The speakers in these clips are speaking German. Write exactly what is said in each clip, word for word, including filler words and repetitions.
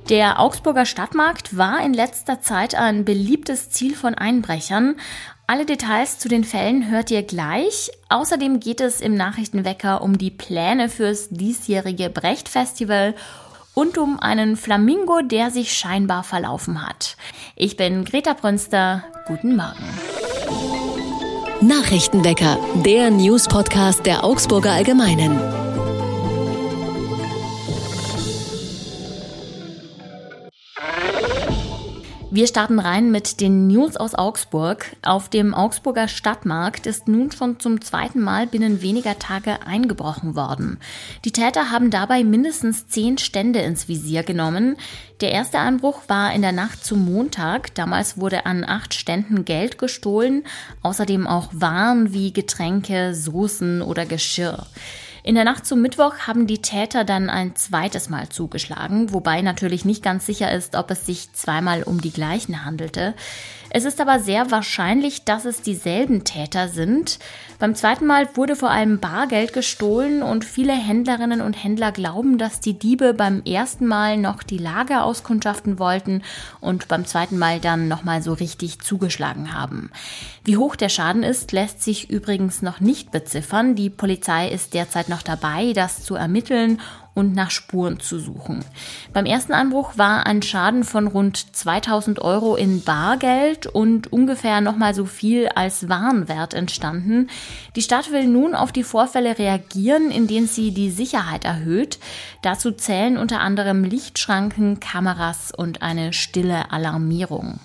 Der Augsburger Stadtmarkt war in letzter Zeit ein beliebtes Ziel von Einbrechern. Alle Details zu den Fällen hört ihr gleich. Außerdem geht es im Nachrichtenwecker um die Pläne fürs diesjährige Brecht-Festival und um einen Flamingo, der sich scheinbar verlaufen hat. Ich bin Greta Brünster. Guten Morgen. Nachrichtenwecker, der News-Podcast der Augsburger Allgemeinen. Wir starten rein mit den News aus Augsburg. Auf dem Augsburger Stadtmarkt ist nun schon zum zweiten Mal binnen weniger Tage eingebrochen worden. Die Täter haben dabei mindestens zehn Stände ins Visier genommen. Der erste Einbruch war in der Nacht zum Montag. Damals wurde an acht Ständen Geld gestohlen, außerdem auch Waren wie Getränke, Soßen oder Geschirr. In der Nacht zum Mittwoch haben die Täter dann ein zweites Mal zugeschlagen, wobei natürlich nicht ganz sicher ist, ob es sich zweimal um die gleichen handelte. Es ist aber sehr wahrscheinlich, dass es dieselben Täter sind. Beim zweiten Mal wurde vor allem Bargeld gestohlen und viele Händlerinnen und Händler glauben, dass die Diebe beim ersten Mal noch die Lage auskundschaften wollten und beim zweiten Mal dann nochmal so richtig zugeschlagen haben. Wie hoch der Schaden ist, lässt sich übrigens noch nicht beziffern. Die Polizei ist derzeit noch dabei, das zu ermitteln und nach Spuren zu suchen. Beim ersten Einbruch war ein Schaden von rund zweitausend Euro in Bargeld und ungefähr nochmal so viel als Warenwert entstanden. Die Stadt will nun auf die Vorfälle reagieren, indem sie die Sicherheit erhöht. Dazu zählen unter anderem Lichtschranken, Kameras und eine stille Alarmierung.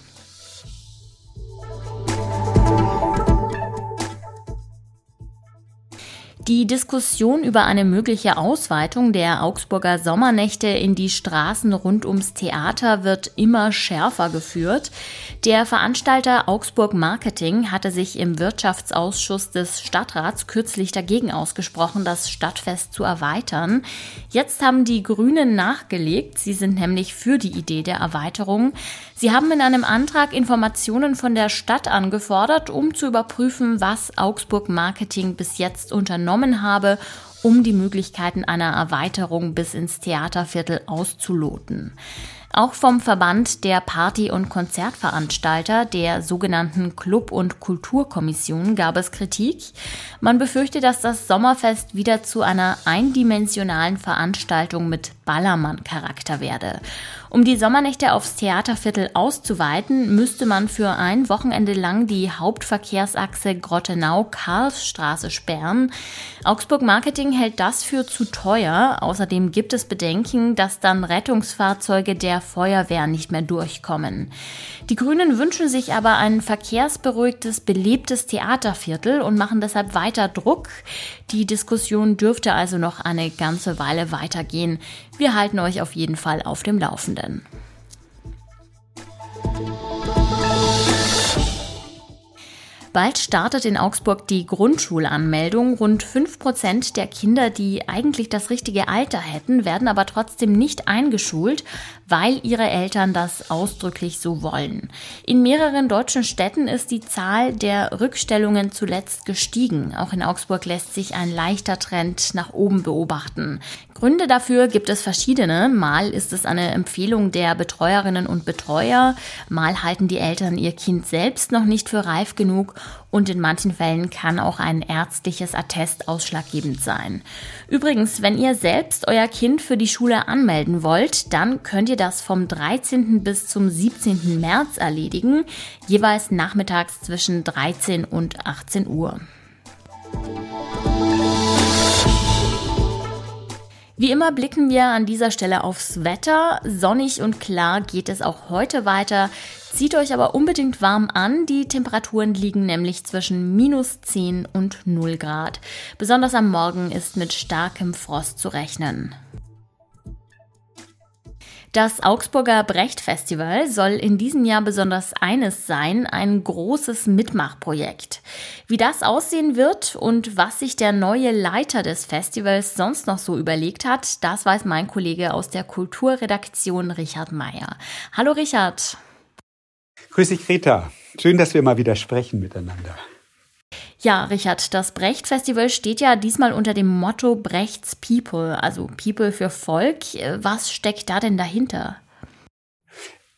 Die Diskussion über eine mögliche Ausweitung der Augsburger Sommernächte in die Straßen rund ums Theater wird immer schärfer geführt. Der Veranstalter Augsburg Marketing hatte sich im Wirtschaftsausschuss des Stadtrats kürzlich dagegen ausgesprochen, das Stadtfest zu erweitern. Jetzt haben die Grünen nachgelegt. Sie sind nämlich für die Idee der Erweiterung. Sie haben in einem Antrag Informationen von der Stadt angefordert, um zu überprüfen, was Augsburg Marketing bis jetzt unternommen habe, um die Möglichkeiten einer Erweiterung bis ins Theaterviertel auszuloten. Auch vom Verband der Party- und Konzertveranstalter, der sogenannten Club- und Kulturkommission, gab es Kritik. Man befürchte, dass das Sommerfest wieder zu einer eindimensionalen Veranstaltung mit Ballermann-Charakter werde. Um die Sommernächte aufs Theaterviertel auszuweiten, müsste man für ein Wochenende lang die Hauptverkehrsachse Grottenau-Karlsstraße sperren. Augsburg Marketing hält das für zu teuer. Außerdem gibt es Bedenken, dass dann Rettungsfahrzeuge der Feuerwehr nicht mehr durchkommen. Die Grünen wünschen sich aber ein verkehrsberuhigtes, belebtes Theaterviertel und machen deshalb weiter Druck. Die Diskussion dürfte also noch eine ganze Weile weitergehen. Wir halten euch auf jeden Fall auf dem Laufenden. Bald startet in Augsburg die Grundschulanmeldung. Rund fünf Prozent der Kinder, die eigentlich das richtige Alter hätten, werden aber trotzdem nicht eingeschult, weil ihre Eltern das ausdrücklich so wollen. In mehreren deutschen Städten ist die Zahl der Rückstellungen zuletzt gestiegen. Auch in Augsburg lässt sich ein leichter Trend nach oben beobachten. Gründe dafür gibt es verschiedene. Mal ist es eine Empfehlung der Betreuerinnen und Betreuer, mal halten die Eltern ihr Kind selbst noch nicht für reif genug und in manchen Fällen kann auch ein ärztliches Attest ausschlaggebend sein. Übrigens, wenn ihr selbst euer Kind für die Schule anmelden wollt, dann könnt ihr das vom dreizehnten bis zum siebzehnten März erledigen, jeweils nachmittags zwischen dreizehn und achtzehn Uhr. Wie immer blicken wir an dieser Stelle aufs Wetter. Sonnig und klar geht es auch heute weiter. Zieht euch aber unbedingt warm an. Die Temperaturen liegen nämlich zwischen minus zehn und null Grad. Besonders am Morgen ist mit starkem Frost zu rechnen. Das Augsburger Brecht-Festival soll in diesem Jahr besonders eines sein, ein großes Mitmachprojekt. Wie das aussehen wird und was sich der neue Leiter des Festivals sonst noch so überlegt hat, das weiß mein Kollege aus der Kulturredaktion Richard Meyer. Hallo Richard. Grüß dich Greta, schön, dass wir mal wieder sprechen miteinander. Ja, Richard, das Brecht-Festival steht ja diesmal unter dem Motto Brecht's People, also People für Volk. Was steckt da denn dahinter?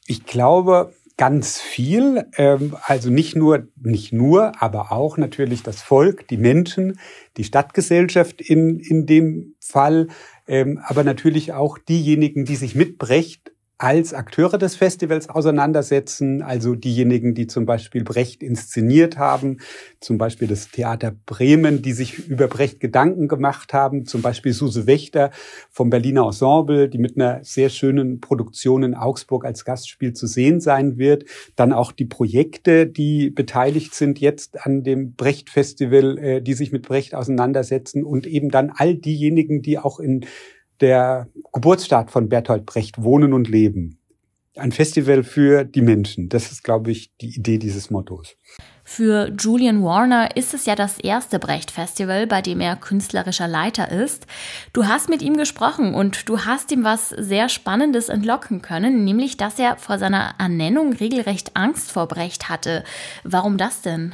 Ich glaube, ganz viel, ähm, also nicht nur, nicht nur, aber auch natürlich das Volk, die Menschen, die Stadtgesellschaft in, in dem Fall, ähm, aber natürlich auch diejenigen, die sich mit Brecht als Akteure des Festivals auseinandersetzen, also diejenigen, die zum Beispiel Brecht inszeniert haben, zum Beispiel das Theater Bremen, die sich über Brecht Gedanken gemacht haben, zum Beispiel Suse Wächter vom Berliner Ensemble, die mit einer sehr schönen Produktion in Augsburg als Gastspiel zu sehen sein wird. Dann auch die Projekte, die beteiligt sind jetzt an dem Brecht-Festival, die sich mit Brecht auseinandersetzen und eben dann all diejenigen, die auch in der Geburtsstadt von Bertolt Brecht wohnen und leben. Ein Festival für die Menschen. Das ist, glaube ich, die Idee dieses Mottos. Für Julian Warner ist es ja das erste Brecht-Festival, bei dem er künstlerischer Leiter ist. Du hast mit ihm gesprochen und du hast ihm was sehr Spannendes entlocken können, nämlich, dass er vor seiner Ernennung regelrecht Angst vor Brecht hatte. Warum das denn?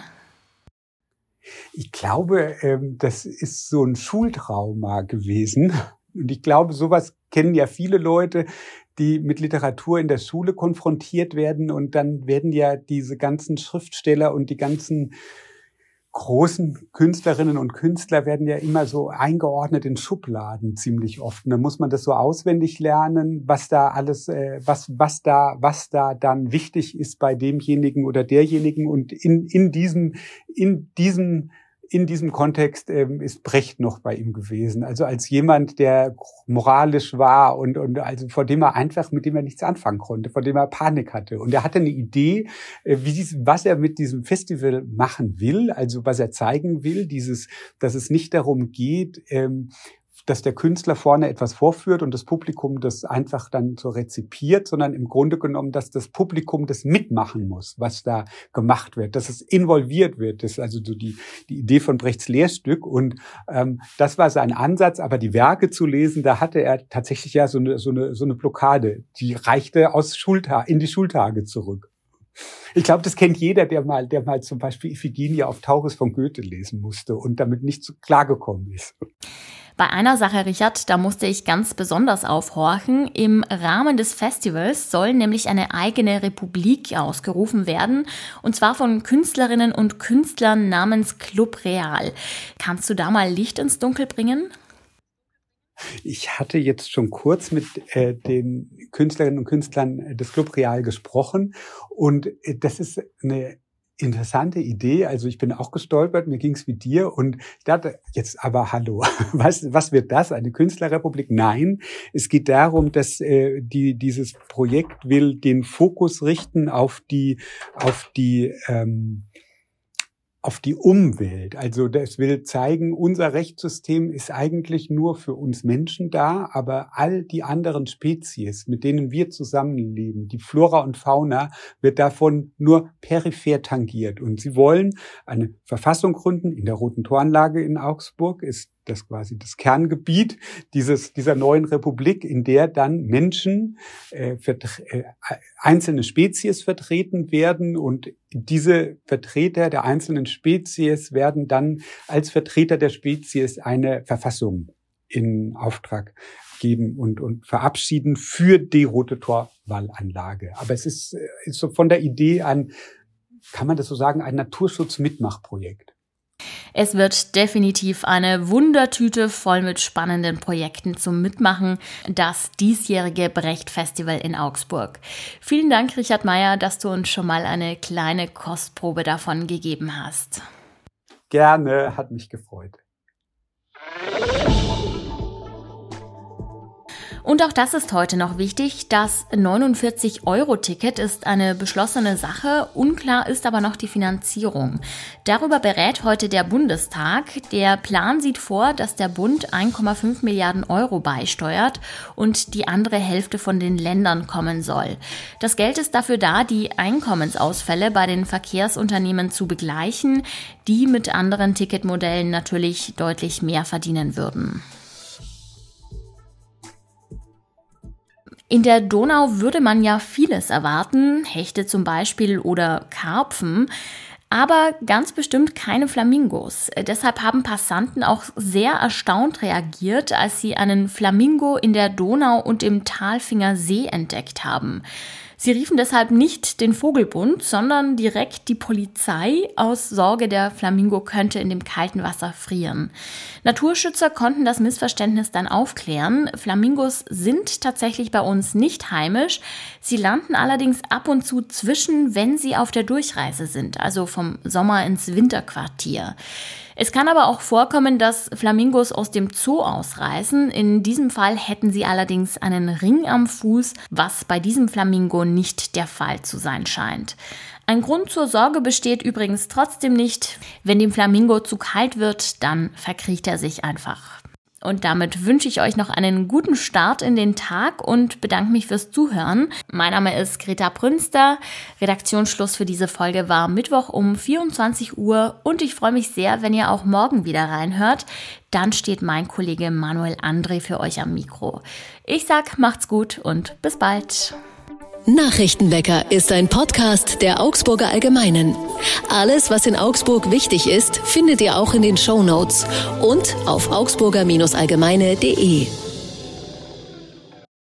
Ich glaube, das ist so ein Schultrauma gewesen. Und ich glaube, sowas kennen ja viele Leute, die mit Literatur in der Schule konfrontiert werden. Und dann werden ja diese ganzen Schriftsteller und die ganzen großen Künstlerinnen und Künstler werden ja immer so eingeordnet in Schubladen ziemlich oft. Und dann muss man das so auswendig lernen, was da alles, äh, was, was da, was da dann wichtig ist bei demjenigen oder derjenigen. Und in, in diesem, in diesem In diesem Kontext ähm, ist Brecht noch bei ihm gewesen. Also als jemand, der moralisch war und, und also vor dem er einfach, mit dem er nichts anfangen konnte, vor dem er Panik hatte. Und er hatte eine Idee, äh, wie dies, was er mit diesem Festival machen will, also was er zeigen will, dieses, dass es nicht darum geht, ähm, dass der Künstler vorne etwas vorführt und das Publikum das einfach dann so rezipiert, sondern im Grunde genommen, dass das Publikum das mitmachen muss, was da gemacht wird, dass es involviert wird. Das ist also so die, die Idee von Brechts Lehrstück. Und ähm, das war sein Ansatz. Aber die Werke zu lesen, da hatte er tatsächlich ja so eine, so eine, so eine Blockade. Die reichte aus Schultag, in die Schultage zurück. Ich glaube, das kennt jeder, der mal, der mal zum Beispiel Iphigenie auf Tauris von Goethe lesen musste und damit nicht so klargekommen ist. Bei einer Sache, Richard, da musste ich ganz besonders aufhorchen. Im Rahmen des Festivals soll nämlich eine eigene Republik ausgerufen werden, und zwar von Künstlerinnen und Künstlern namens Club Real. Kannst du da mal Licht ins Dunkel bringen? Ich hatte jetzt schon kurz mit äh, den Künstlerinnen und Künstlern des Club Real gesprochen und äh, das ist eine interessante Idee. Also ich bin auch gestolpert, mir ging's wie dir und ich dachte, jetzt aber hallo, was was wird das? Eine Künstlerrepublik? Nein, es geht darum, dass äh, die dieses Projekt will den Fokus richten auf die auf die ähm, auf die Umwelt. Also das will zeigen, unser Rechtssystem ist eigentlich nur für uns Menschen da, aber all die anderen Spezies, mit denen wir zusammenleben, die Flora und Fauna, wird davon nur peripher tangiert. Und sie wollen eine Verfassung gründen in der Roten Toranlage in Augsburg, ist das quasi das Kerngebiet dieses dieser neuen Republik, in der dann Menschen, äh, äh, einzelne Spezies vertreten werden und diese Vertreter der einzelnen Spezies werden dann als Vertreter der Spezies eine Verfassung in Auftrag geben und und verabschieden für die Rote Torwallanlage. Aber es ist, ist so von der Idee an, kann man das so sagen, ein Naturschutz-Mitmachprojekt. Es wird definitiv eine Wundertüte voll mit spannenden Projekten zum Mitmachen, das diesjährige Brecht-Festival in Augsburg. Vielen Dank, Richard Meyer, dass du uns schon mal eine kleine Kostprobe davon gegeben hast. Gerne, hat mich gefreut. Und auch das ist heute noch wichtig. Das neunundvierzig Euro Ticket ist eine beschlossene Sache. Unklar ist aber noch die Finanzierung. Darüber berät heute der Bundestag. Der Plan sieht vor, dass der Bund eins Komma fünf Milliarden Euro beisteuert und die andere Hälfte von den Ländern kommen soll. Das Geld ist dafür da, die Einkommensausfälle bei den Verkehrsunternehmen zu begleichen, die mit anderen Ticketmodellen natürlich deutlich mehr verdienen würden. In der Donau würde man ja vieles erwarten, Hechte zum Beispiel oder Karpfen, aber ganz bestimmt keine Flamingos. Deshalb haben Passanten auch sehr erstaunt reagiert, als sie einen Flamingo in der Donau und im Talfinger See entdeckt haben. Sie riefen deshalb nicht den Vogelbund, sondern direkt die Polizei aus Sorge, der Flamingo könnte in dem kalten Wasser frieren. Naturschützer konnten das Missverständnis dann aufklären. Flamingos sind tatsächlich bei uns nicht heimisch. Sie landen allerdings ab und zu zwischen, wenn sie auf der Durchreise sind, also vom Sommer ins Winterquartier. Es kann aber auch vorkommen, dass Flamingos aus dem Zoo ausreißen. In diesem Fall hätten sie allerdings einen Ring am Fuß, was bei diesem Flamingo nicht der Fall zu sein scheint. Ein Grund zur Sorge besteht übrigens trotzdem nicht. Wenn dem Flamingo zu kalt wird, dann verkriecht er sich einfach. Und damit wünsche ich euch noch einen guten Start in den Tag und bedanke mich fürs Zuhören. Mein Name ist Greta Brünster. Redaktionsschluss für diese Folge war Mittwoch um vierundzwanzig Uhr und ich freue mich sehr, wenn ihr auch morgen wieder reinhört. Dann steht mein Kollege Manuel André für euch am Mikro. Ich sag, macht's gut und bis bald. Nachrichtenwecker ist ein Podcast der Augsburger Allgemeinen. Alles, was in Augsburg wichtig ist, findet ihr auch in den Shownotes und auf augsburger Allgemeine punkt de.